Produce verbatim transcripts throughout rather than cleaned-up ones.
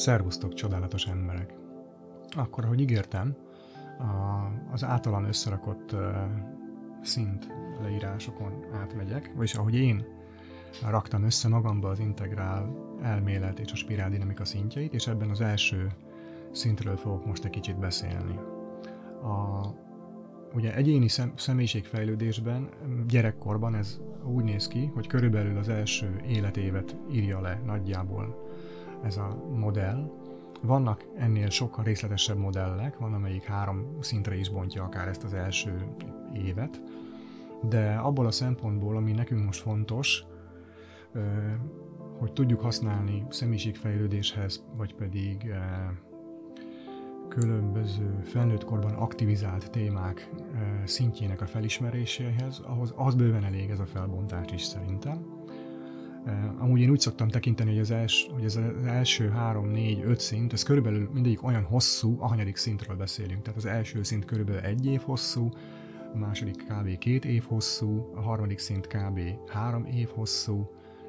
Szervusztok, csodálatos emberek! Akkor, ahogy ígértem, az általam összerakott szint leírásokon átmegyek, vagyis ahogy én raktam össze magamba az integrál elmélet és a spiráldinamika szintjeit, és ebben az első szintről fogok most egy kicsit beszélni. A, ugye egyéni szem, személyiségfejlődésben, gyerekkorban ez úgy néz ki, hogy körülbelül az első életévet írja le nagyjából ez a modell. Vannak ennél sokkal részletesebb modellek, van amelyik három szintre is bontja akár ezt az első évet, de abból a szempontból, ami nekünk most fontos, hogy tudjuk használni személyiségfejlődéshez, vagy pedig különböző felnőttkorban aktivizált témák szintjének a felismeréséhez, ahhoz az bőven elég ez a felbontás is szerintem. Amúgy én úgy szoktam tekinteni, hogy, az els, hogy ez az első három, négy, öt szint, ez körülbelül mindegyik olyan hosszú, ahanyadik szintről beszélünk. Tehát az első szint körülbelül egy év hosszú, a második kb. Két év hosszú, a harmadik szint kb. Három év hosszú,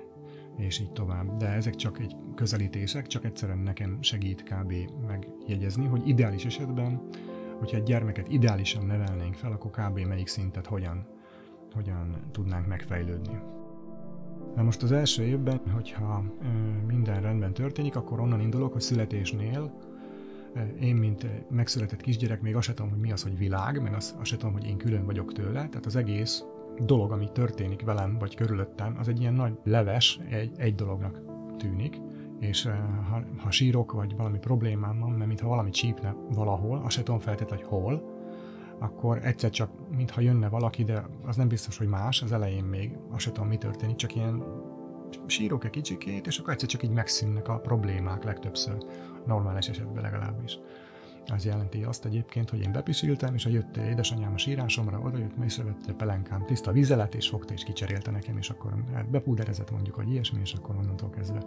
és így tovább. De ezek csak egy közelítések, csak egyszerűen nekem segít kb. Megjegyezni, hogy ideális esetben, hogyha egy gyermeket ideálisan nevelnénk fel, akkor kb. Melyik szintet hogyan, hogyan tudnánk megfejlődni. Na most az első évben, hogyha ö, minden rendben történik, akkor onnan indulok, hogy születésnél ö, én, mint megszületett kisgyerek, még azt sem tudom, hogy mi az, hogy világ, meg azt, azt sem tudom, hogy én külön vagyok tőle. Tehát az egész dolog, ami történik velem, vagy körülöttem, az egy ilyen nagy leves, egy, egy dolognak tűnik. És ö, ha, ha sírok, vagy valami problémám van, mert mintha valami csípne valahol, azt sem tudom feltétlenül, hogy hol, akkor egyszer csak, mintha jönne valaki, de az nem biztos, hogy más, az elején még azt sem tudom, mi történik, csak ilyen sírok egy kicsikét, és akkor egyszer csak így megszűnnek a problémák legtöbbször, normális esetben legalábbis. Az jelenti azt egyébként, hogy én bepisiltem, és a jött édesanyám a sírásomra, oda jött, észrevette pelenkám tiszta vizelet, és fogta és kicserélte nekem, és akkor bepúderezett mondjuk, hogy ilyesmi, és akkor onnantól kezdve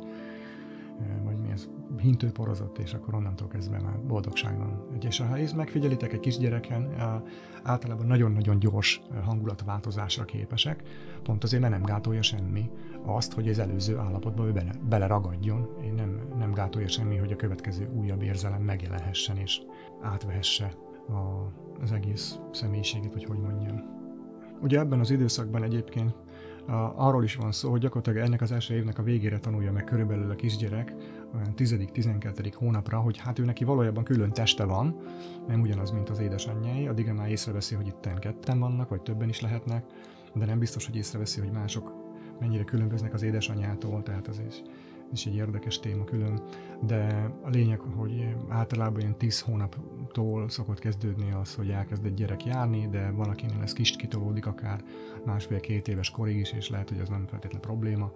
vagy mi ez, hintőporozott, és akkor onnantól kezdve már boldogság van. És ha ezt megfigyelitek egy kisgyereken, általában nagyon-nagyon gyors hangulatváltozásra képesek, pont azért, mert nem gátolja semmi azt, hogy az előző állapotba ő bele, beleragadjon, én nem, nem gátolja semmi, hogy a következő újabb érzelem megjelenhessen, és átvehesse a, az egész személyiségét, vagy hogy mondjam. Ugye ebben az időszakban egyébként arról is van szó, hogy gyakorlatilag ennek az első évnek a végére tanulja meg körülbelül a kisgyerek, olyan tizedik-tizenkettedik hónapra, hogy hát ő neki valójában külön teste van, nem ugyanaz, mint az édesanyjai, addigra már észreveszi, hogy itten ketten vannak, vagy többen is lehetnek, de nem biztos, hogy észreveszi, hogy mások mennyire különböznek az édesanyjától, tehát ez is, is egy érdekes téma külön, de a lényeg, hogy általában ilyen tíz hónaptól szokott kezdődni az, hogy elkezd egy gyerek járni, de van, akinél ez kis kitolódik akár másfél-két éves korig is, és lehet, hogy ez nem feltétlenül probléma.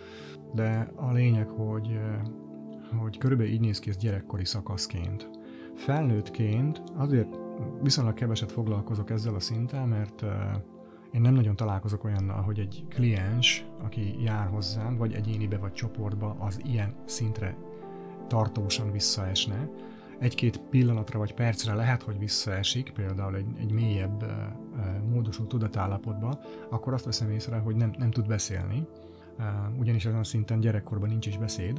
De a lényeg, hogy, hogy körülbelül így néz ki ez gyerekkori szakaszként. Felnőttként azért viszonylag keveset foglalkozok ezzel a szinttel, mert én nem nagyon találkozok olyannal, hogy egy kliens, aki jár hozzám, vagy egyénibe, vagy csoportba, az ilyen szintre tartósan visszaesne. Egy-két pillanatra vagy percre lehet, hogy visszaesik, például egy, egy mélyebb uh, módosult tudatállapotba, akkor azt veszem észre, hogy nem, nem tud beszélni, uh, ugyanis ezen a szinten gyerekkorban nincs is beszéd,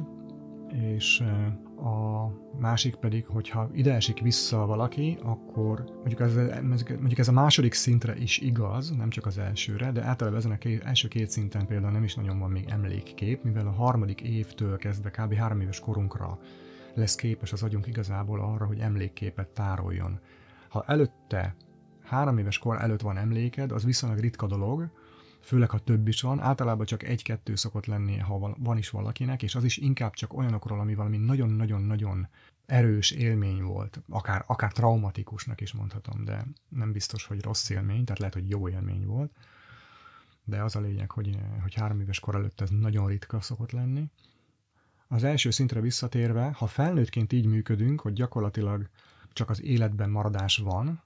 és uh, a másik pedig, hogyha ide esik vissza valaki, akkor mondjuk ez, mondjuk ez a második szintre is igaz, nem csak az elsőre, de általában ezen az első két szinten például nem is nagyon van még emlékkép, mivel a harmadik évtől kezdve kb. Három éves korunkra lesz képes az agyunk igazából arra, hogy emlékképet tároljon. Ha előtte, három éves kor előtt van emléked, az viszonylag ritka dolog, főleg ha több is van, általában csak egy-kettő szokott lenni, ha van is valakinek, és az is inkább csak olyanokról, ami valami nagyon-nagyon-nagyon erős élmény volt, akár, akár traumatikusnak is mondhatom, de nem biztos, hogy rossz élmény, tehát lehet, hogy jó élmény volt, de az a lényeg, hogy, hogy három éves kor előtt ez nagyon ritka szokott lenni. Az első szintre visszatérve, ha felnőttként így működünk, hogy gyakorlatilag csak az életben maradás van,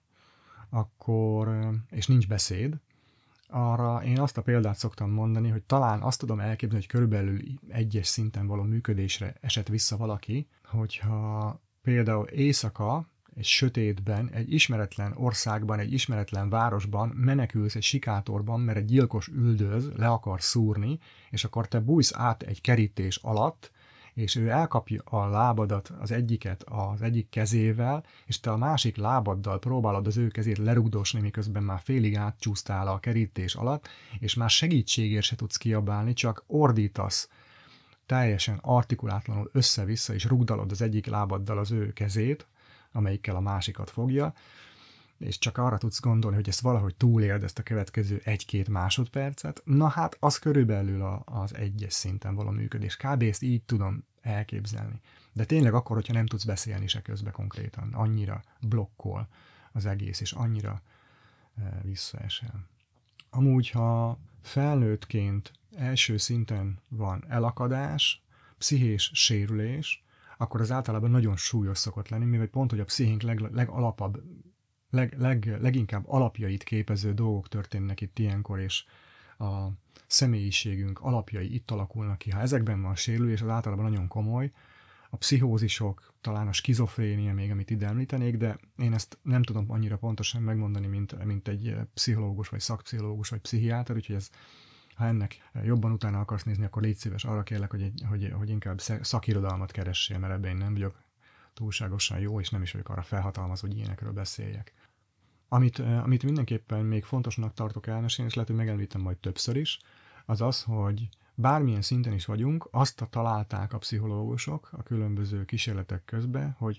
akkor, és nincs beszéd, arra én azt a példát szoktam mondani, hogy talán azt tudom elképzelni, hogy körülbelül egyes szinten való működésre esett vissza valaki, hogyha például éjszaka, egy sötétben, egy ismeretlen országban, egy ismeretlen városban menekülsz egy sikátorban, mert egy gyilkos üldöz, le akar szúrni, és akkor te bújsz át egy kerítés alatt, és ő elkapja a lábadat, az egyiket az egyik kezével, és te a másik lábaddal próbálod az ő kezét lerugdosni, miközben már félig átcsúsztál a kerítés alatt, és már segítségért se tudsz kiabálni, csak ordítasz teljesen artikulátlanul össze-vissza, és rugdalod az egyik lábaddal az ő kezét, amelyikkel a másikat fogja, és csak arra tudsz gondolni, hogy ezt valahogy túléld, ezt a következő egy-két másodpercet, na hát az körülbelül a, az egyes szinten való működés. Kb. Ezt így tudom elképzelni. De tényleg akkor, hogyha nem tudsz beszélni se közben konkrétan, annyira blokkol az egész, és annyira e, visszaesel. Amúgy, ha felnőttként első szinten van elakadás, pszichés sérülés, akkor az általában nagyon súlyos szokott lenni, mivel pont, hogy a pszichénk leg, legalapabb, leg, leg, leginkább alapjait képező dolgok történnek itt ilyenkor, és a személyiségünk alapjai itt alakulnak ki. Ha ezekben van a sérülés, az általában nagyon komoly. A pszichózisok, talán a skizofrénia még, amit ide említenék, de én ezt nem tudom annyira pontosan megmondani, mint, mint egy pszichológus, vagy szakpszichológus, vagy pszichiáter, úgyhogy ez, ha ennek jobban utána akarsz nézni, akkor légy szíves, arra kérlek, hogy, egy, hogy, hogy inkább szakirodalmat keressél, mert ebben én nem vagyok túlságosan jó, és nem is vagyok arra felhatalmazva, hogy ilyenekről beszéljek. Amit, amit mindenképpen még fontosnak tartok elmesélni, és lehet, hogy megemlítem majd többször is, az az, hogy bármilyen szinten is vagyunk, azt találták a pszichológusok a különböző kísérletek közben, hogy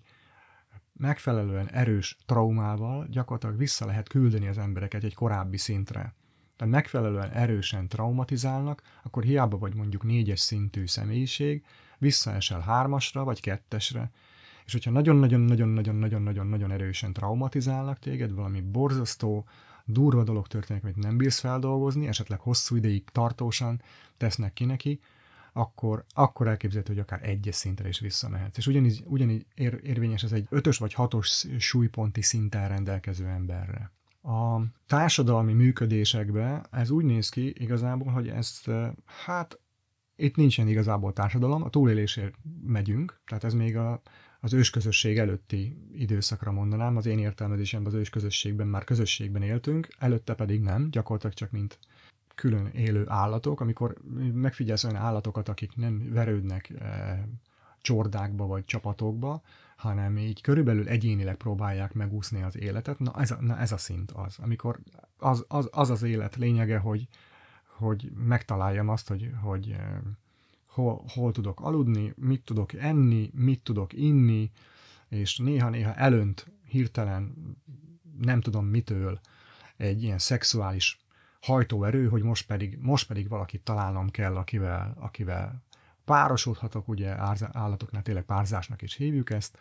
megfelelően erős traumával gyakorlatilag vissza lehet küldeni az embereket egy korábbi szintre. Tehát megfelelően erősen traumatizálnak, akkor hiába vagy mondjuk négyes szintű személyiség, visszaesel hármasra vagy kettesre, és hogyha nagyon-nagyon-nagyon-nagyon-nagyon-nagyon erősen traumatizálnak téged, valami borzasztó, durva dolog történik, amit nem bírsz feldolgozni, esetleg hosszú ideig tartósan tesznek ki neki, akkor, akkor elképzelhető, hogy akár egyes szintre is visszamehetsz. És ugyanígy, ugyanígy ér, érvényes ez egy ötös vagy hatos súlyponti szinten rendelkező emberre. A társadalmi működésekben ez úgy néz ki igazából, hogy ezt, hát itt nincsen igazából társadalom, a túlélésért megyünk, tehát ez még a, az ősközösség előtti időszakra mondanám, az én értelmezésemben az ősközösségben már közösségben éltünk, előtte pedig nem, gyakorlatilag csak mint külön élő állatok, amikor megfigyelsz olyan állatokat, akik nem verődnek e, csordákba vagy csapatokba, hanem így körülbelül egyénileg próbálják megúszni az életet. Na ez a, na ez a szint az, amikor az az, az, az élet lényege, hogy, hogy megtaláljam azt, hogy, hogy eh, hol, hol tudok aludni, mit tudok enni, mit tudok inni, és néha-néha elönt hirtelen nem tudom mitől egy ilyen szexuális hajtóerő, hogy most pedig, most pedig valakit találnom kell, akivel, akivel párosodhatok, ugye állatoknál tényleg párzásnak is hívjuk ezt,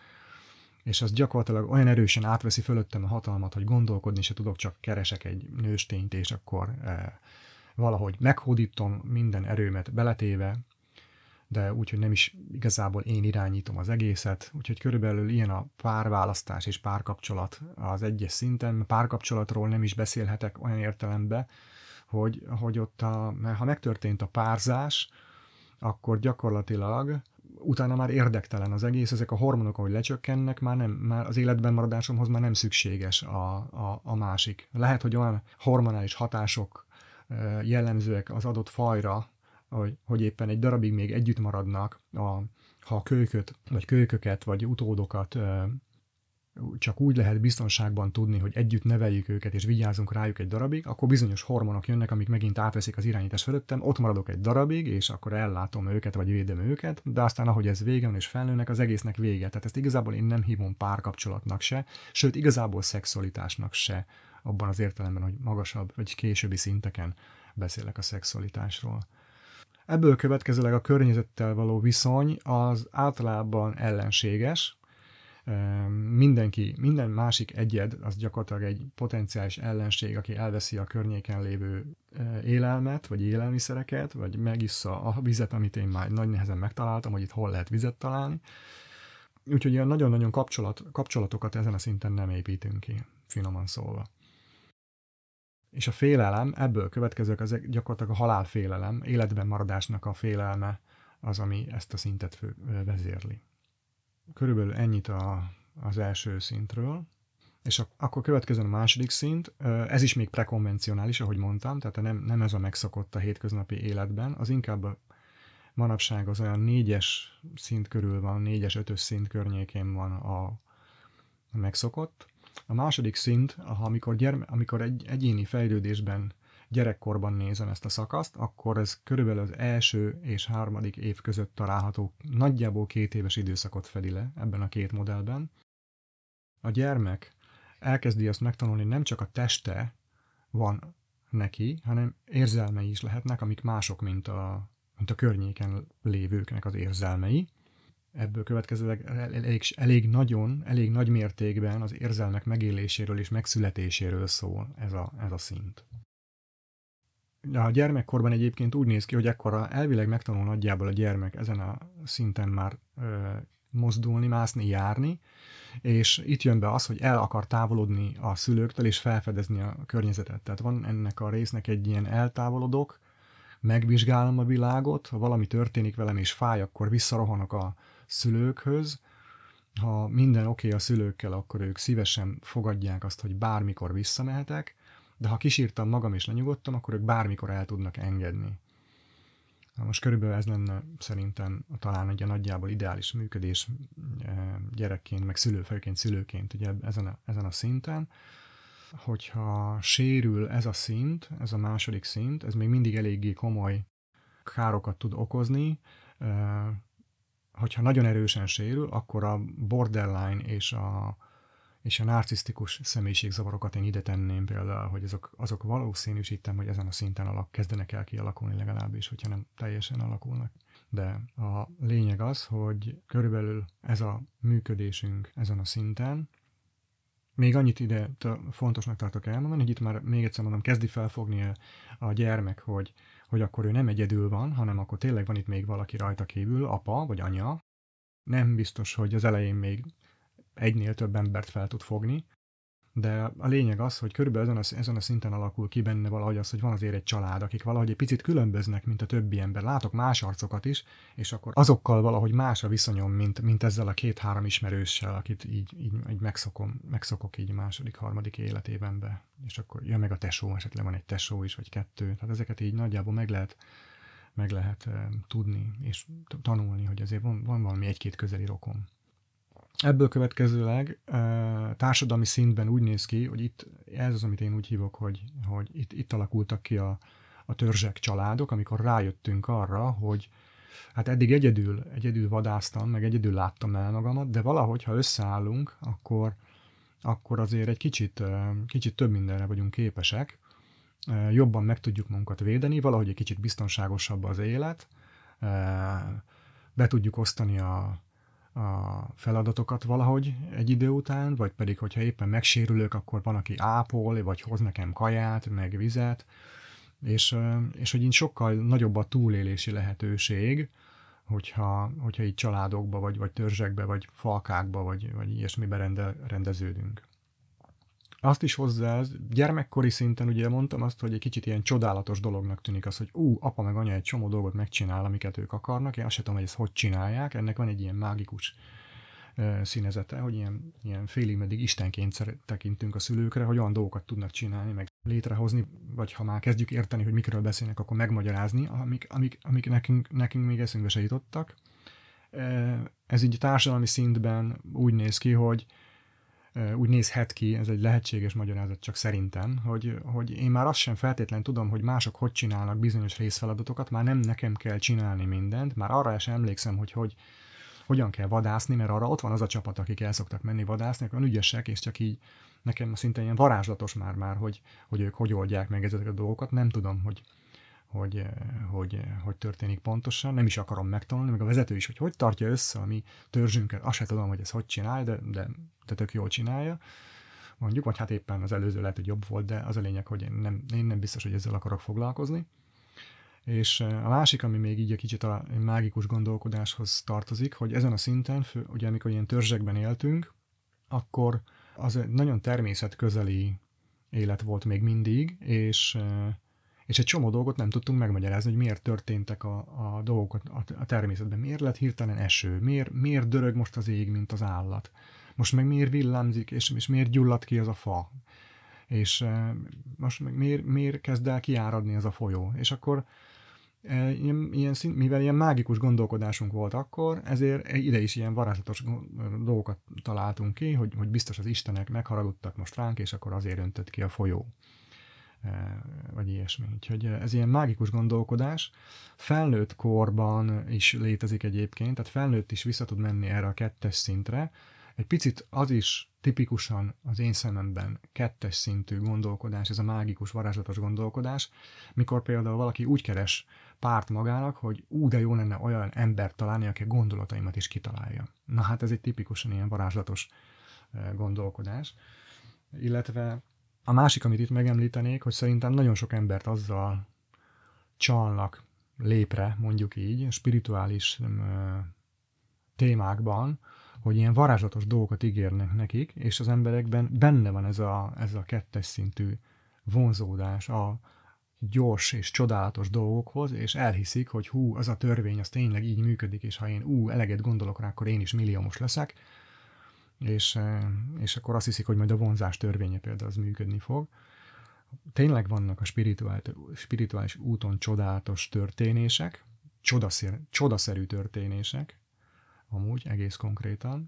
és az gyakorlatilag olyan erősen átveszi fölöttem a hatalmat, hogy gondolkodni se tudok, csak keresek egy nőstényt, és akkor eh, valahogy meghódítom minden erőmet beletéve, de úgyhogy nem is igazából én irányítom az egészet, úgyhogy körülbelül ilyen a párválasztás és párkapcsolat az egyes szinten. Párkapcsolatról nem is beszélhetek olyan értelemben, hogy, hogy ott, a, ha megtörtént a párzás, akkor gyakorlatilag utána már érdektelen az egész, ezek a hormonok, ahogy lecsökkennek, már, nem, már az életben maradásomhoz már nem szükséges a, a, a másik. Lehet, hogy olyan hormonális hatások jellemzőek az adott fajra, hogy, hogy éppen egy darabig még együtt maradnak, a, ha a kölyköt, vagy kölyköket, vagy utódokat csak úgy lehet biztonságban tudni, hogy együtt neveljük őket, és vigyázunk rájuk egy darabig, akkor bizonyos hormonok jönnek, amik megint átveszik az irányítást fölöttem, ott maradok egy darabig, és akkor ellátom őket, vagy védem őket, de aztán ahogy ez vége van és felnőnek, az egésznek vége. Tehát ezt igazából én nem hívom párkapcsolatnak se, sőt igazából szexualitásnak se, abban az értelemben, hogy magasabb, vagy későbbi szinteken beszélek a szexualitásról. Ebből következőleg a környezettel való viszony az általában ellenséges. Mindenki, minden másik egyed, az gyakorlatilag egy potenciális ellenség, aki elveszi a környéken lévő élelmet, vagy élelmiszereket, vagy megissza a vizet, amit én már nagy nehezen megtaláltam, hogy itt hol lehet vizet találni. Úgyhogy ilyen nagyon-nagyon kapcsolat, kapcsolatokat ezen a szinten nem építünk ki, finoman szólva. És a félelem, ebből következők az gyakorlatilag a halálfélelem, életben maradásnak a félelme az, ami ezt a szintet fő, vezérli. Körülbelül ennyit a, az első szintről, és a, akkor következően a második szint, ez is még prekonvencionális, ahogy mondtam, tehát nem, nem ez a megszokott a hétköznapi életben, az inkább manapság az olyan négyes szint körül van, négyes, ötös szint környékén van a megszokott. A második szint, amikor, gyerme, amikor egy egyéni fejlődésben gyerekkorban nézem ezt a szakaszt, akkor ez körülbelül az első és harmadik év között található, nagyjából két éves időszakot fedi le ebben a két modellben. A gyermek elkezdi azt megtanulni, nem csak a teste van neki, hanem érzelmei is lehetnek, amik mások, mint a, mint a környéken lévőknek az érzelmei. Ebből következőleg elég, elég nagyon, elég nagy mértékben az érzelmek megéléséről és megszületéséről szól ez a, ez a szint. A gyermekkorban egyébként úgy néz ki, hogy ekkora elvileg megtanul nagyjából a gyermek ezen a szinten már ö, mozdulni, mászni, járni, és itt jön be az, hogy el akar távolodni a szülőktől és felfedezni a környezetet. Tehát van ennek a résznek egy ilyen eltávolodok, megvizsgálom a világot, ha valami történik velem és fáj, akkor visszarohanok a szülőkhöz. Ha minden oké okay a szülőkkel, akkor ők szívesen fogadják azt, hogy bármikor visszamehetek, de ha kisírtam magam és lenyugodtam, akkor ők bármikor el tudnak engedni. Na most körülbelül ez lenne szerintem talán egy nagyjából ideális működés gyerekként, meg szülőfejként, szülőként ugye ezen a, ezen a szinten. Hogyha sérül ez a szint, ez a második szint, ez még mindig eléggé komoly károkat tud okozni. Hogyha nagyon erősen sérül, akkor a borderline és a, és a narcisztikus személyiségzavarokat én ide tenném például, hogy azok, azok valószínűsítem, hogy ezen a szinten alak, kezdenek el kialakulni legalábbis, hogyha nem teljesen alakulnak. De a lényeg az, hogy körülbelül ez a működésünk ezen a szinten. Még annyit ide fontosnak tartok elmondani, hogy itt már még egyszer mondom, kezdi felfogni a, a gyermek, hogy, hogy akkor ő nem egyedül van, hanem akkor tényleg van itt még valaki rajta kívül, apa vagy anya. Nem biztos, hogy az elején még egynél több embert fel tud fogni, de a lényeg az, hogy körülbelül ezen a, ezen a szinten alakul ki benne valahogy az, hogy van azért egy család, akik valahogy egy picit különböznek, mint a többi ember. Látok más arcokat is, és akkor azokkal valahogy más a viszonyom, mint, mint ezzel a két-három ismerőssel, akit így, így, így megszokom, megszokok így második, harmadik életében be. És akkor jön meg a tesó, esetleg van egy tesó is, vagy kettő. Tehát ezeket így nagyjából meg lehet, meg lehet uh, tudni, és tanulni, hogy azért van, van valami egy-két közeli rokon. Ebből következőleg társadalmi szintben úgy néz ki, hogy itt ez az, amit én úgy hívok, hogy, hogy itt, itt alakultak ki a, a törzsek, családok, amikor rájöttünk arra, hogy hát eddig egyedül, egyedül vadásztam, meg egyedül láttam el magamat, de valahogy, ha összeállunk, akkor, akkor azért egy kicsit, kicsit több mindenre vagyunk képesek, jobban meg tudjuk magunkat védeni, valahogy egy kicsit biztonságosabb az élet, be tudjuk osztani a a feladatokat valahogy egy idő után, vagy pedig, hogyha éppen megsérülök, akkor van, aki ápol, vagy hoz nekem kaját, meg vizet, és, és hogy így sokkal nagyobb a túlélési lehetőség, hogyha, hogyha így családokba, vagy, vagy törzsekbe, vagy falkákba, vagy, vagy ilyesmibe rende, rendeződünk. Azt is hozzá, gyermekkori szinten ugye mondtam azt, hogy egy kicsit ilyen csodálatos dolognak tűnik az, hogy ú, apa meg anya egy csomó dolgot megcsinál, amiket ők akarnak, én azt sem tudom, hogy ezt hogy csinálják, ennek van egy ilyen mágikus uh, színezete, hogy ilyen, ilyen félig meddig istenként tekintünk a szülőkre, hogy olyan dolgokat tudnak csinálni, meg létrehozni, vagy ha már kezdjük érteni, hogy mikről beszélnek, akkor megmagyarázni, amik, amik, amik nekünk, nekünk még eszünkbe se jutottak. Uh, ez így társadalmi szintben úgy néz ki, hogy úgy nézhet ki, ez egy lehetséges magyarázat csak szerintem, hogy, hogy én már azt sem feltétlenül tudom, hogy mások hogy csinálnak bizonyos részfeladatokat, már nem nekem kell csinálni mindent, már arra sem emlékszem, hogy, hogy hogyan kell vadászni, mert arra ott van az a csapat, akik el szoktak menni vadászni, olyan ügyesek, és csak így nekem szinte ilyen varázslatos már, már hogy, hogy ők hogy oldják meg ezeket a dolgokat, nem tudom, hogy Hogy, hogy, hogy történik pontosan, nem is akarom megtanulni, meg a vezető is, hogy hogy tartja össze a mi törzsünket, azt sem tudom, hogy ez hogy csinálja, de, de, de tök jól csinálja, mondjuk, vagy hát éppen az előző lehet, hogy jobb volt, de az a lényeg, hogy én nem, én nem biztos, hogy ezzel akarok foglalkozni. És a másik, ami még így egy kicsit a mágikus gondolkodáshoz tartozik, hogy ezen a szinten, fő, ugye amikor ilyen törzsekben éltünk, akkor az egy nagyon természetközeli élet volt még mindig, és és egy csomó dolgot nem tudtunk megmagyarázni, hogy miért történtek a, a dolgok a, a természetben. Miért lett hirtelen eső? Miért, miért dörög most az ég, mint az állat? Most meg miért villámzik, és, és miért gyullad ki az a fa? És e, most meg miért, miért kezd el kiáradni ez a folyó? És akkor Ilyen, ilyen szint, mivel ilyen mágikus gondolkodásunk volt akkor, ezért ide is ilyen varázslatos dolgokat találtunk ki, hogy, hogy biztos az istenek megharagudtak most ránk, és akkor azért öntött ki a folyó. Vagy ilyesmi. Úgyhogy ez ilyen mágikus gondolkodás. Felnőtt korban is létezik egyébként, tehát felnőtt is vissza tud menni erre a kettes szintre. Egy picit az is tipikusan az én szememben kettes szintű gondolkodás, ez a mágikus, varázslatos gondolkodás, mikor például valaki úgy keres párt magának, hogy ú, de jó lenne olyan embert találni, aki a gondolataimat is kitalálja. Na hát ez egy tipikusan ilyen varázslatos gondolkodás. Illetve a másik, amit itt megemlítenék, hogy szerintem nagyon sok embert azzal csalnak lépre, mondjuk így, spirituális ö, témákban, hogy ilyen varázslatos dolgokat ígérnek nekik, és az emberekben benne van ez a, ez a kettes szintű vonzódás a gyors és csodálatos dolgokhoz, és elhiszik, hogy hú, az a törvény, az tényleg így működik, és ha én ú, eleget gondolok rá, akkor én is milliómos leszek, és, és akkor azt hiszik, hogy majd a vonzás törvénye például az működni fog. Tényleg vannak a spirituális, spirituális úton csodálatos történések, csodaszer, csodaszerű történések, amúgy egész konkrétan,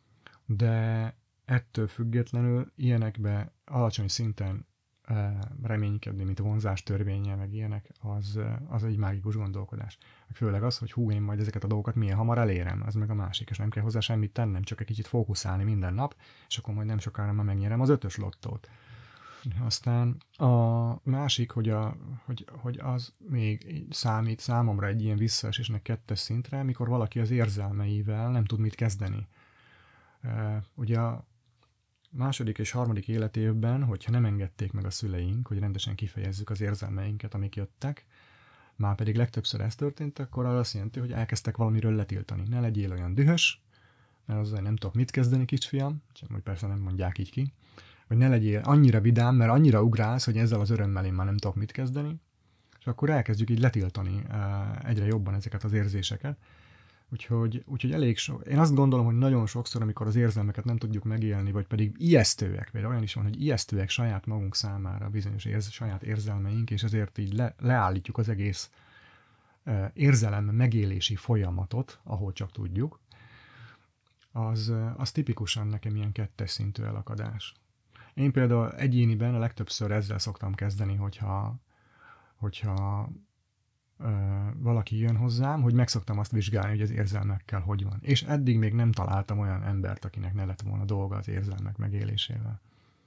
de ettől függetlenül ilyenekbe alacsony szinten reménykedni, mint a vonzás törvénye, meg ilyenek, az, az egy mágikus gondolkodás. Főleg az, hogy hú, én majd ezeket a dolgokat milyen hamar elérem, az meg a másik, és nem kell hozzá semmit tennem, csak egy kicsit fókuszálni minden nap, és akkor majd nem sokára már megnyerem az ötös lottót. Aztán a másik, hogy, a, hogy, hogy az még számít számomra egy ilyen visszaesésnek kettes szintre, mikor valaki az érzelmeivel nem tud mit kezdeni. Ugye a második és harmadik életévben, hogyha nem engedték meg a szüleink, hogy rendesen kifejezzük az érzelmeinket, amik jöttek, már pedig legtöbbször ez történt, akkor az azt jelenti, hogy elkezdtek valamiről letiltani. Ne legyél olyan dühös, mert azzal nem tudok mit kezdeni, kisfiam, csak hogy persze nem mondják így ki, vagy ne legyél annyira vidám, mert annyira ugrálsz, hogy ezzel az örömmel én már nem tudok mit kezdeni, és akkor elkezdjük így letiltani egyre jobban ezeket az érzéseket. Úgyhogy, úgyhogy elég sok. Én azt gondolom, hogy nagyon sokszor, amikor az érzelmeket nem tudjuk megélni, vagy pedig ijesztőek, vagy olyan is van, hogy ijesztőek saját magunk számára bizonyos érz, saját érzelmeink, és ezért így le, leállítjuk az egész uh, érzelem megélési folyamatot, ahol csak tudjuk, az, uh, az tipikusan nekem ilyen kettes szintű elakadás. Én például egyéniben a legtöbbször ezzel szoktam kezdeni, hogyha, hogyha valaki jön hozzám, hogy megszoktam azt vizsgálni, hogy az érzelmekkel hogy van. És eddig még nem találtam olyan embert, akinek ne lett volna dolga az érzelmek megélésével.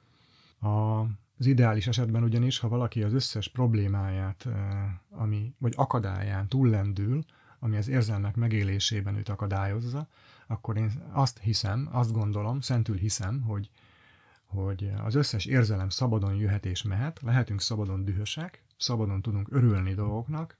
A, az ideális esetben ugyanis, ha valaki az összes problémáját, ami, vagy akadályán túllendül, ami az érzelmek megélésében őt akadályozza, akkor én azt hiszem, azt gondolom, szentül hiszem, hogy, hogy az összes érzelem szabadon jöhet és mehet, lehetünk szabadon dühösek, szabadon tudunk örülni dolgoknak,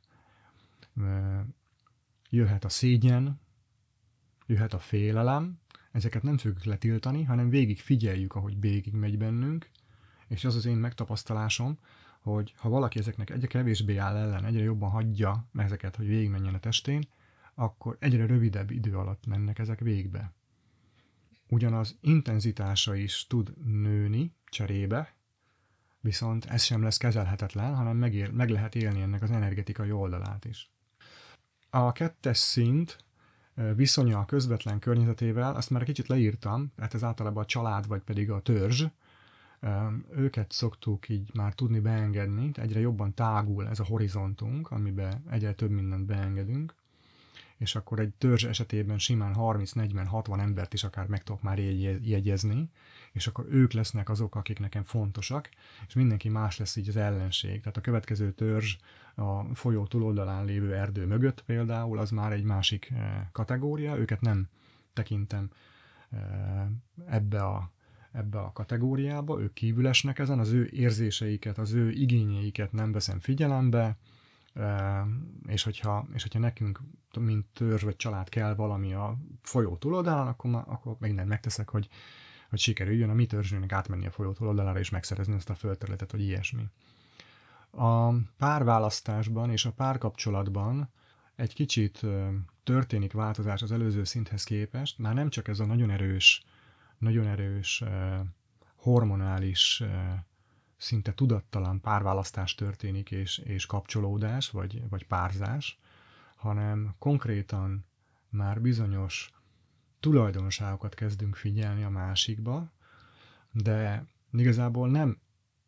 jöhet a szégyen, jöhet a félelem, ezeket nem fogjuk letiltani, hanem végig figyeljük, ahogy végig megy bennünk, és az az én megtapasztalásom, hogy ha valaki ezeknek egyre kevésbé áll ellen, egyre jobban hagyja ezeket, hogy végigmenjen a testén, akkor egyre rövidebb idő alatt mennek ezek végbe. Ugyanaz intenzitása is tud nőni cserébe, viszont ez sem lesz kezelhetetlen, hanem megél, meg lehet élni ennek az energetikai oldalát is. A kettes szint viszonya a közvetlen környezetével, azt már kicsit leírtam, tehát ez általában a család vagy pedig a törzs. Őket szoktuk így már tudni beengedni, egyre jobban tágul ez a horizontunk, amiben egyre több mindent beengedünk, és akkor egy törzs esetében simán harminc, negyven, hatvan embert is akár meg tudok már jegyezni, és akkor ők lesznek azok, akik nekem fontosak, és mindenki más lesz így az ellenség. Tehát a következő törzs a folyó túloldalán lévő erdő mögött például, az már egy másik kategória, őket nem tekintem ebbe a, ebbe a kategóriába, ők kívül esnek ezen, az ő érzéseiket, az ő igényeiket nem veszem figyelembe, és hogyha, és hogyha nekünk, mint törzs vagy család kell valami a folyó túloldalán, akkor, akkor mindent megteszek, hogy, hogy sikerüljön a mi törzsünknek átmenni a folyó túloldalára és megszerezni ezt a földterületet, vagy ilyesmi. A párválasztásban és a párkapcsolatban egy kicsit történik változás az előző szinthez képest, már nem csak ez a nagyon erős, nagyon erős hormonális szinte tudattalan párválasztás történik, és, és kapcsolódás, vagy, vagy párzás, hanem konkrétan már bizonyos tulajdonságokat kezdünk figyelni a másikba, de igazából nem,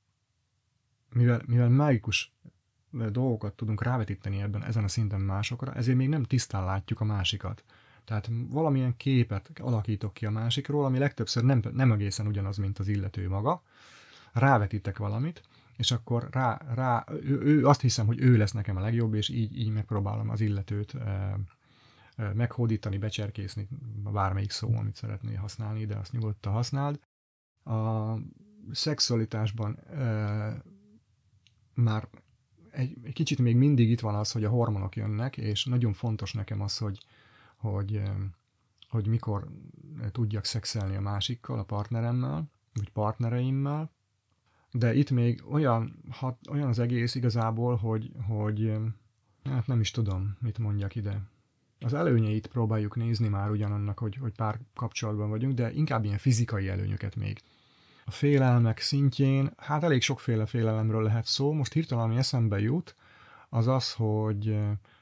mivel, mivel mágikus dolgokat tudunk rávetíteni ebben, ezen a szinten másokra, ezért még nem tisztán látjuk a másikat. Tehát valamilyen képet alakítok ki a másikról, ami legtöbbször nem, nem egészen ugyanaz, mint az illető maga. Rávetítek valamit, és akkor rá, rá ő, ő, azt hiszem, hogy ő lesz nekem a legjobb, és így, így megpróbálom az illetőt e, e, meghódítani, becserkészni, bármelyik szó, amit szeretnél használni, de azt nyugodtan használd. A szexualitásban e, már egy, egy kicsit még mindig itt van az, hogy a hormonok jönnek, és nagyon fontos nekem az, hogy, hogy, hogy mikor tudjak szexelni a másikkal, a partneremmel, vagy partnereimmel, de itt még olyan, hat, olyan az egész igazából, hogy, hogy hát nem is tudom, mit mondjak ide. Az előnyeit próbáljuk nézni már ugyanannak, hogy, hogy pár kapcsolatban vagyunk, de inkább ilyen fizikai előnyöket még. A félelmek szintjén, hát elég sokféle félelemről lehet szó. Most hirtelen ami eszembe jut, az az, hogy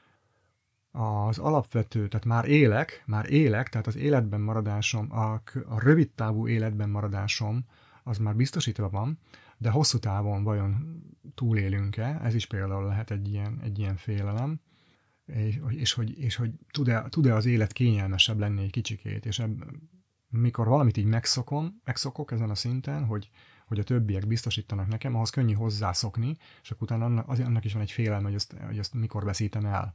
az alapvető, tehát már élek, már élek, tehát az életben maradásom, a, a rövid távú életben maradásom, az már biztosítva van, de hosszú távon vajon túlélünk-e? Ez is például lehet egy ilyen, egy ilyen félelem. És, és hogy, és hogy tud-e, tud-e az élet kényelmesebb lenni egy kicsikét, és ebb, mikor valamit így megszokom, megszokok ezen a szinten, hogy, hogy a többiek biztosítanak nekem, ahhoz könnyű hozzászokni, és akkor utána annak, az, annak is van egy félelme, hogy azt, hogy azt mikor veszítem el.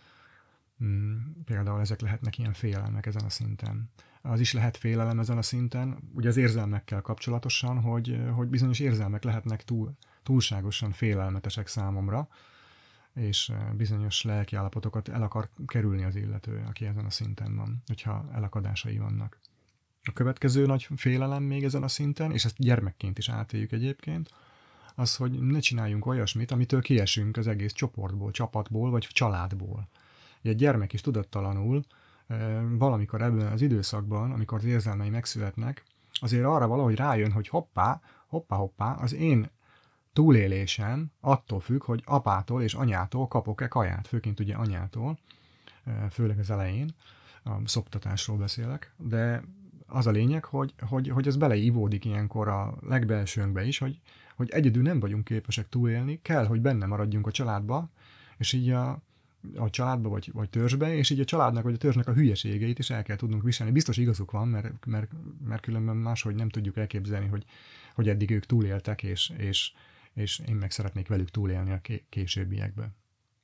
Hmm, például ezek lehetnek ilyen félelmek ezen a szinten. Az is lehet félelem ezen a szinten, ugye az érzelmekkel kapcsolatosan, hogy, hogy bizonyos érzelmek lehetnek túl, túlságosan félelmetesek számomra, és bizonyos lelkiállapotokat el akar kerülni az illető, aki ezen a szinten van, hogyha elakadásai vannak. A következő nagy félelem még ezen a szinten, és ezt gyermekként is átéljük egyébként, az, hogy ne csináljunk olyasmit, amitől kiesünk az egész csoportból, csapatból, vagy családból. Egy gyermek is tudattalanul valamikor ebben az időszakban, amikor az érzelmei megszületnek, azért arra valahogy rájön, hogy hoppá, hoppá, hoppá, az én túlélésem attól függ, hogy apától és anyától kapok-e kaját, főként ugye anyától, főleg az elején, a szoptatásról beszélek, de az a lényeg, hogy, hogy, hogy ez beleívódik ilyenkor a legbelsőnkbe is, hogy, hogy egyedül nem vagyunk képesek túlélni, kell, hogy benne maradjunk a családba, és így a, a családba vagy, vagy törzsbe, és így a családnak vagy a törzsnek a hülyeségeit is el kell tudnunk viselni. Biztos igazuk van, mert, mert, mert különben máshogy nem tudjuk elképzelni, hogy, hogy eddig ők túléltek, és, és, és én meg szeretnék velük túlélni a későbbiekben.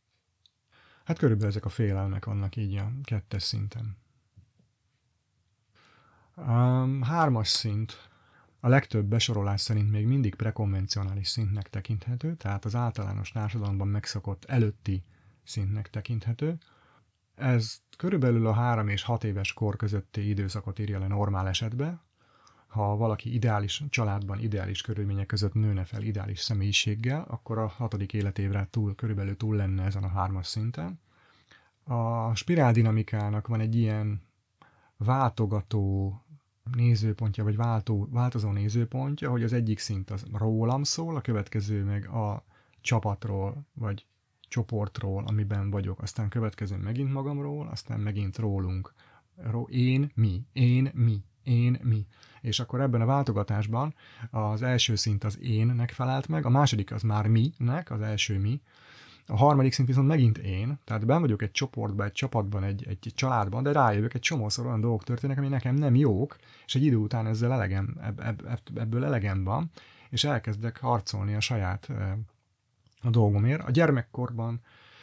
Hát körülbelül ezek a félelmek vannak így a kettes szinten. A hármas szint a legtöbb besorolás szerint még mindig prekonvencionális szintnek tekinthető, tehát az általános társadalomban megszokott előtti szintnek tekinthető. Ez körülbelül a három és hat éves kor közötti időszakot írja le normál esetben. Ha valaki ideális családban, ideális körülmények között nőne fel ideális személyiséggel, akkor a hatodik életévre túl, körülbelül túl lenne ezen a hármas szinten. A spiráldinamikának van egy ilyen váltogató nézőpontja, vagy váltó, változó nézőpontja, hogy az egyik szint az rólam szól, a következő meg a csapatról, vagy csoportról, amiben vagyok, aztán következő megint magamról, aztán megint rólunk. Én, mi, én, mi, én, mi. És akkor ebben a váltogatásban az első szint az énnek felelt meg, a második az már minek, az első mi, a harmadik szint viszont megint én, tehát benn vagyok egy csoportban, egy csapatban, egy, egy családban, de rájövök, egy csomószor olyan dolgok történnek, ami nekem nem jók, és egy idő után ezzel elegem, ebb, ebb, ebből elegem van, és elkezdek harcolni a saját a dolgomért. A gyermekkorban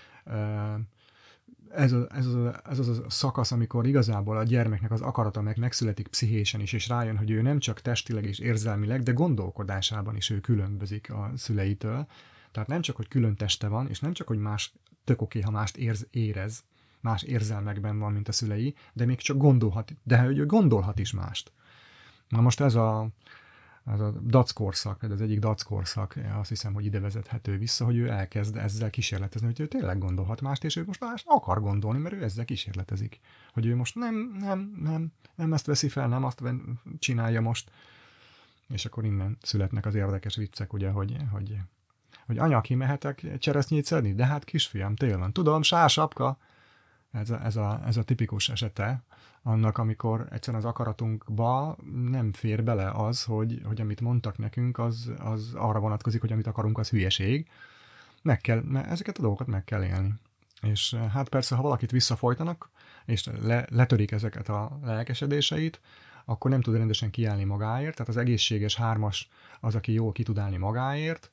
ez, a, ez, az a, ez az a szakasz, amikor igazából a gyermeknek az akarata meg megszületik pszichésen is, és rájön, hogy ő nem csak testileg és érzelmileg, de gondolkodásában is ő különbözik a szüleitől. Tehát nem csak, hogy külön teste van, és nem csak, hogy más, tök oké, ha mást érz, érez, más érzelmekben van, mint a szülei, de még csak gondolhat, de hogy ő gondolhat is mást. Na most ez a, ez a dac korszak, ez az egyik dac korszak, azt hiszem, hogy ide vezethető vissza, hogy ő elkezd ezzel kísérletezni, hogy ő tényleg gondolhat mást, és ő most mást akar gondolni, mert ő ezzel kísérletezik. Hogy ő most nem, nem, nem, nem ezt veszi fel, nem azt csinálja most, És akkor innen születnek az érdekes viccek, ugye, hogy, hogy, hogy anya, kimehetek cseresznyét szedni? De hát kisfiam, tél van. Tudom, sásapka. Ez a, ez, a, ez a tipikus esete annak, amikor egyszerűen az akaratunkba nem fér bele az, hogy, hogy amit mondtak nekünk, az, az arra vonatkozik, hogy amit akarunk, az hülyeség. Meg kell, ezeket a dolgokat meg kell élni. És hát persze, ha valakit visszafolytanak, és le, letörik ezeket a lelkesedéseit, akkor nem tud rendesen kiállni magáért, tehát az egészséges hármas az, aki jól ki tud állni magáért,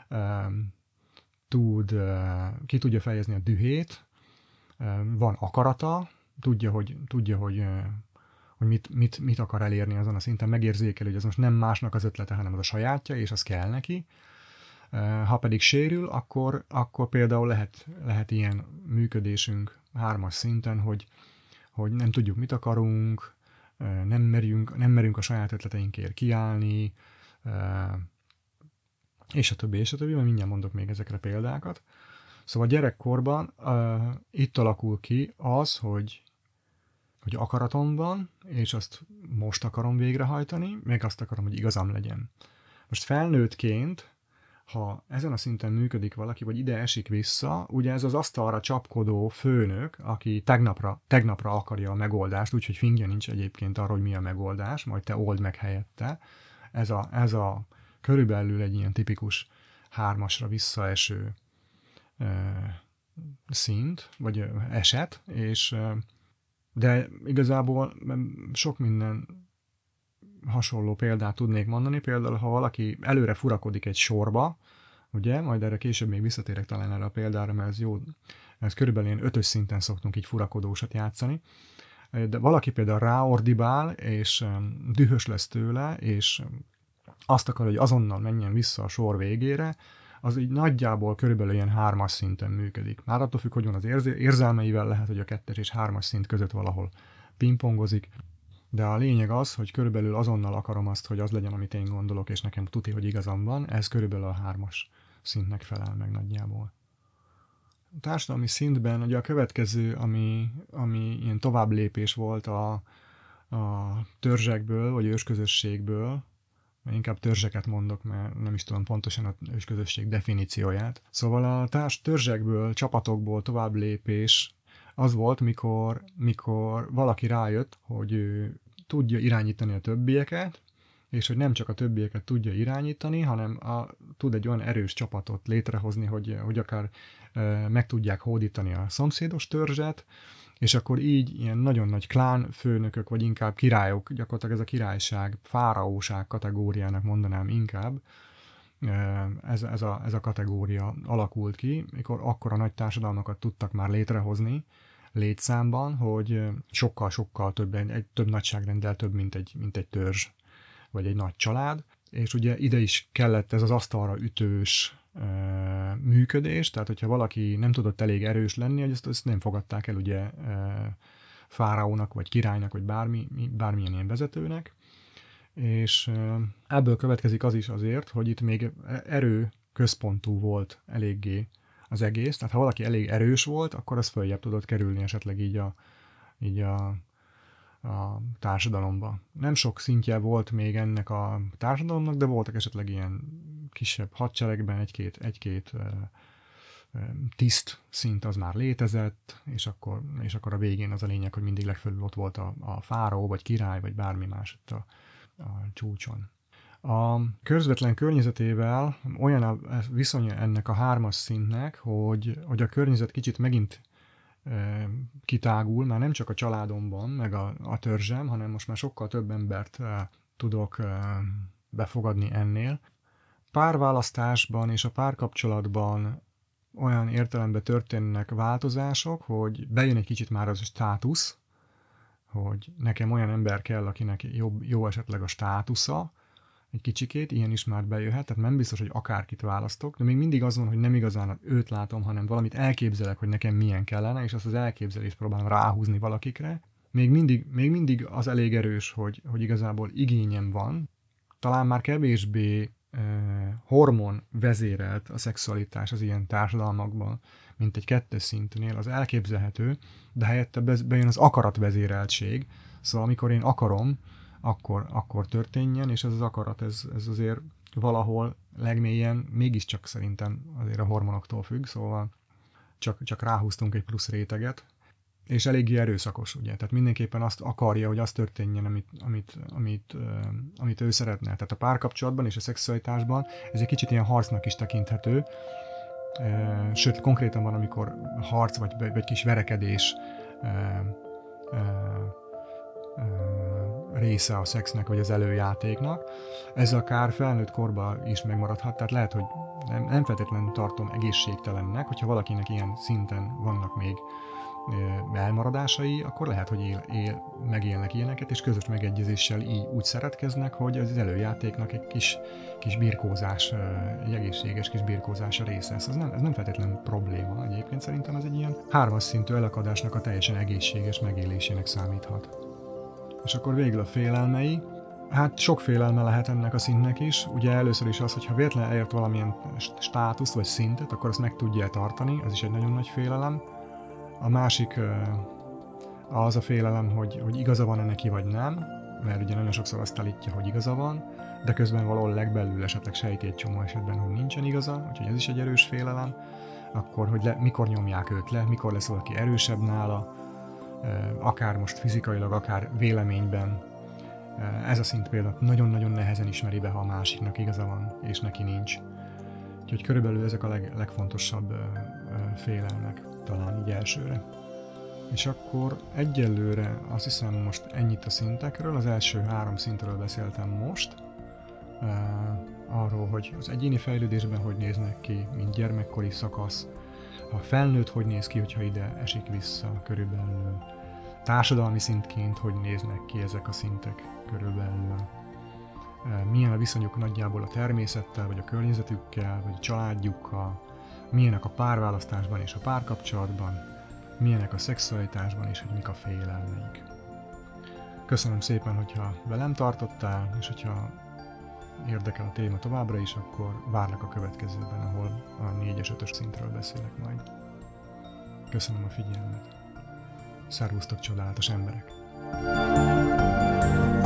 tud, ki tudja fejezni a dühét, van akarata, tudja, hogy, tudja, hogy, hogy mit, mit, mit akar elérni azon a szinten, megérzékel, hogy ez most nem másnak az ötlete, hanem az a sajátja, és az kell neki. Ha pedig sérül, akkor, akkor például lehet, lehet ilyen működésünk hármas szinten, hogy, hogy nem tudjuk, mit akarunk, nem merünk, nem merünk a saját ötleteinkért kiállni, és a többi, és a többi, mert mindjárt mondok még ezekre példákat. Szóval gyerekkorban uh, itt alakul ki az, hogy, hogy akaratom van, és azt most akarom végrehajtani, meg azt akarom, hogy igazam legyen. Most felnőttként, ha ezen a szinten működik valaki, vagy ide esik vissza, ugye ez az asztalra csapkodó főnök, aki tegnapra, tegnapra akarja a megoldást, úgyhogy fingja nincs egyébként arra, hogy mi a megoldás, majd te old meg helyette. Ez a, ez a körülbelül egy ilyen tipikus hármasra visszaeső szint, vagy eset, és de igazából sok minden hasonló példát tudnék mondani. Például, ha valaki előre furakodik egy sorba, ugye, majd erre később még visszatérek talán erre a példára, mert ez jó, ez körülbelül ilyen ötös szinten szoktunk így furakodósat játszani, de valaki például ráordibál, és dühös lesz tőle, és azt akar, hogy azonnal menjen vissza a sor végére, az így nagyjából körülbelül ilyen hármas szinten működik. Már attól függ, hogy van az érz- érzelmeivel, lehet, hogy a kettes és hármas szint között valahol pingpongozik, de a lényeg az, hogy körülbelül azonnal akarom azt, hogy az legyen, amit én gondolok, és nekem tuti, hogy igazam van, ez körülbelül a hármas szintnek felel meg nagyjából. A társadalmi szintben ugye a következő, ami, ami ilyen tovább lépés volt a, a törzsekből, vagy ősközösségből, inkább törzseket mondok, mert nem is tudom pontosan a ősközösség definícióját. Szóval a társ törzsekből, csapatokból tovább lépés az volt, mikor, mikor valaki rájött, hogy ő tudja irányítani a többieket, és hogy nem csak a többieket tudja irányítani, hanem a, tud egy olyan erős csapatot létrehozni, hogy, hogy akár e, meg tudják hódítani a szomszédos törzset, és akkor így ilyen nagyon nagy klán főnökök, vagy inkább királyok, gyakorlatilag ez a királyság, fáraóság kategóriának mondanám inkább, ez, ez, a, ez a kategória alakult ki, mikor akkora nagy társadalmakat tudtak már létrehozni létszámban, hogy sokkal-sokkal több, egy több nagyságrenddel több, mint egy, mint egy törzs, vagy egy nagy család, és ugye ide is kellett ez az asztalra ütős működés, tehát hogyha valaki nem tudott elég erős lenni, hogy ezt, ezt nem fogadták el ugye fáraónak, vagy királynak, vagy bármi, bármilyen ilyen vezetőnek, és ebből következik az is azért, hogy itt még erő központú volt eléggé az egész, tehát ha valaki elég erős volt, akkor az följebb tudott kerülni esetleg így a, így a, a társadalomba. Nem sok szintje volt még ennek a társadalomnak, de voltak esetleg ilyen kisebb hadseregben egy-két, egy-két tiszt szint az már létezett, és akkor, és akkor a végén az a lényeg, hogy mindig legfelül ott volt a, a fáraó, vagy király, vagy bármi más ott a, a csúcson. A közvetlen környezetével olyan a viszonya ennek a hármas szintnek, hogy, hogy a környezet kicsit megint e, kitágul, már nem csak a családomban, meg a, a törzsem, hanem most már sokkal több embert e, tudok e, befogadni ennél. Párválasztásban és a párkapcsolatban olyan értelemben történnek változások, hogy bejön egy kicsit már az a státusz, hogy nekem olyan ember kell, akinek jobb, jó esetleg a státusza, egy kicsikét, ilyen is már bejöhet, tehát nem biztos, hogy akárkit választok, de még mindig az van, hogy nem igazán őt látom, hanem valamit elképzelek, hogy nekem milyen kellene, és azt az elképzelést próbálom ráhúzni valakikre. Még mindig, még mindig az elég erős, hogy, hogy igazából igényem van, talán már kevésbé hormon vezérelt a szexualitás az ilyen társadalmakban, mint egy kettes szintűnél, az elképzelhető, de helyette bejön az akaratvezéreltség. Szóval amikor én akarom, akkor, akkor történjen, és ez az akarat, ez, ez azért valahol legmélyen mégiscsak szerintem azért a hormonoktól függ, szóval csak, csak ráhúztunk egy plusz réteget, és eléggé erőszakos, ugye, tehát mindenképpen azt akarja, hogy az történjen, amit, amit, amit, amit ő szeretne. Tehát a párkapcsolatban és a szexualitásban ez egy kicsit ilyen harcnak is tekinthető, sőt, konkrétan van, amikor harc vagy, vagy kis verekedés része a szexnek, vagy az előjátéknak. Ez akár felnőtt korban is megmaradhat, tehát lehet, hogy nem, nem feltétlenül tartom egészségtelennek, hogyha valakinek ilyen szinten vannak még elmaradásai, akkor lehet, hogy él, él, megélnek ilyeneket, és közös megegyezéssel így úgy szeretkeznek, hogy az előjátéknak egy kis, kis birkózás, egy egészséges kis birkózás a része. Ez nem, ez nem feltétlenül probléma, egyébként szerintem ez egy ilyen hármas szintű elakadásnak a teljesen egészséges megélésének számíthat. És akkor végül a félelmei. Hát sok félelme lehet ennek a szintnek is. Ugye először is az, hogy ha véletlenül elért valamilyen státuszt vagy szintet, akkor azt meg tudja tartani, ez is egy nagyon nagy félelem. A másik az a félelem, hogy, hogy igaza van-e neki vagy nem, mert ugye nagyon sokszor azt állítja, hogy igaza van, de közben valahol legbelül esetleg sejti egy csomó esetben, hogy nincsen igaza, úgyhogy ez is egy erős félelem. Akkor, hogy le, mikor nyomják őt le, mikor lesz valaki erősebb nála, akár most fizikailag, akár véleményben. Ez a szint például nagyon-nagyon nehezen ismeri be, ha a másiknak igaza van, és neki nincs. Úgyhogy körülbelül ezek a leg, legfontosabb félelmek, talán így elsőre. És akkor egyelőre azt hiszem most ennyit a szintekről, az első három szintről beszéltem most, arról, hogy az egyéni fejlődésben hogy néznek ki, mint gyermekkori szakasz, a felnőtt hogy néz ki, hogyha ide esik vissza körülbelül, társadalmi szintként hogy néznek ki ezek a szintek körülbelül, milyen a viszonyuk nagyjából a természettel, vagy a környezetükkel, vagy a családjukkal, milyenek a párválasztásban és a párkapcsolatban, milyenek a szexualitásban, és hogy mik a félelmeik. Köszönöm szépen, hogyha velem tartottál, és hogyha érdekel a téma továbbra is, akkor várlak a következőben, ahol a négyes ötös szintről beszélek majd. Köszönöm a figyelmet. Szervusztok, csodálatos emberek!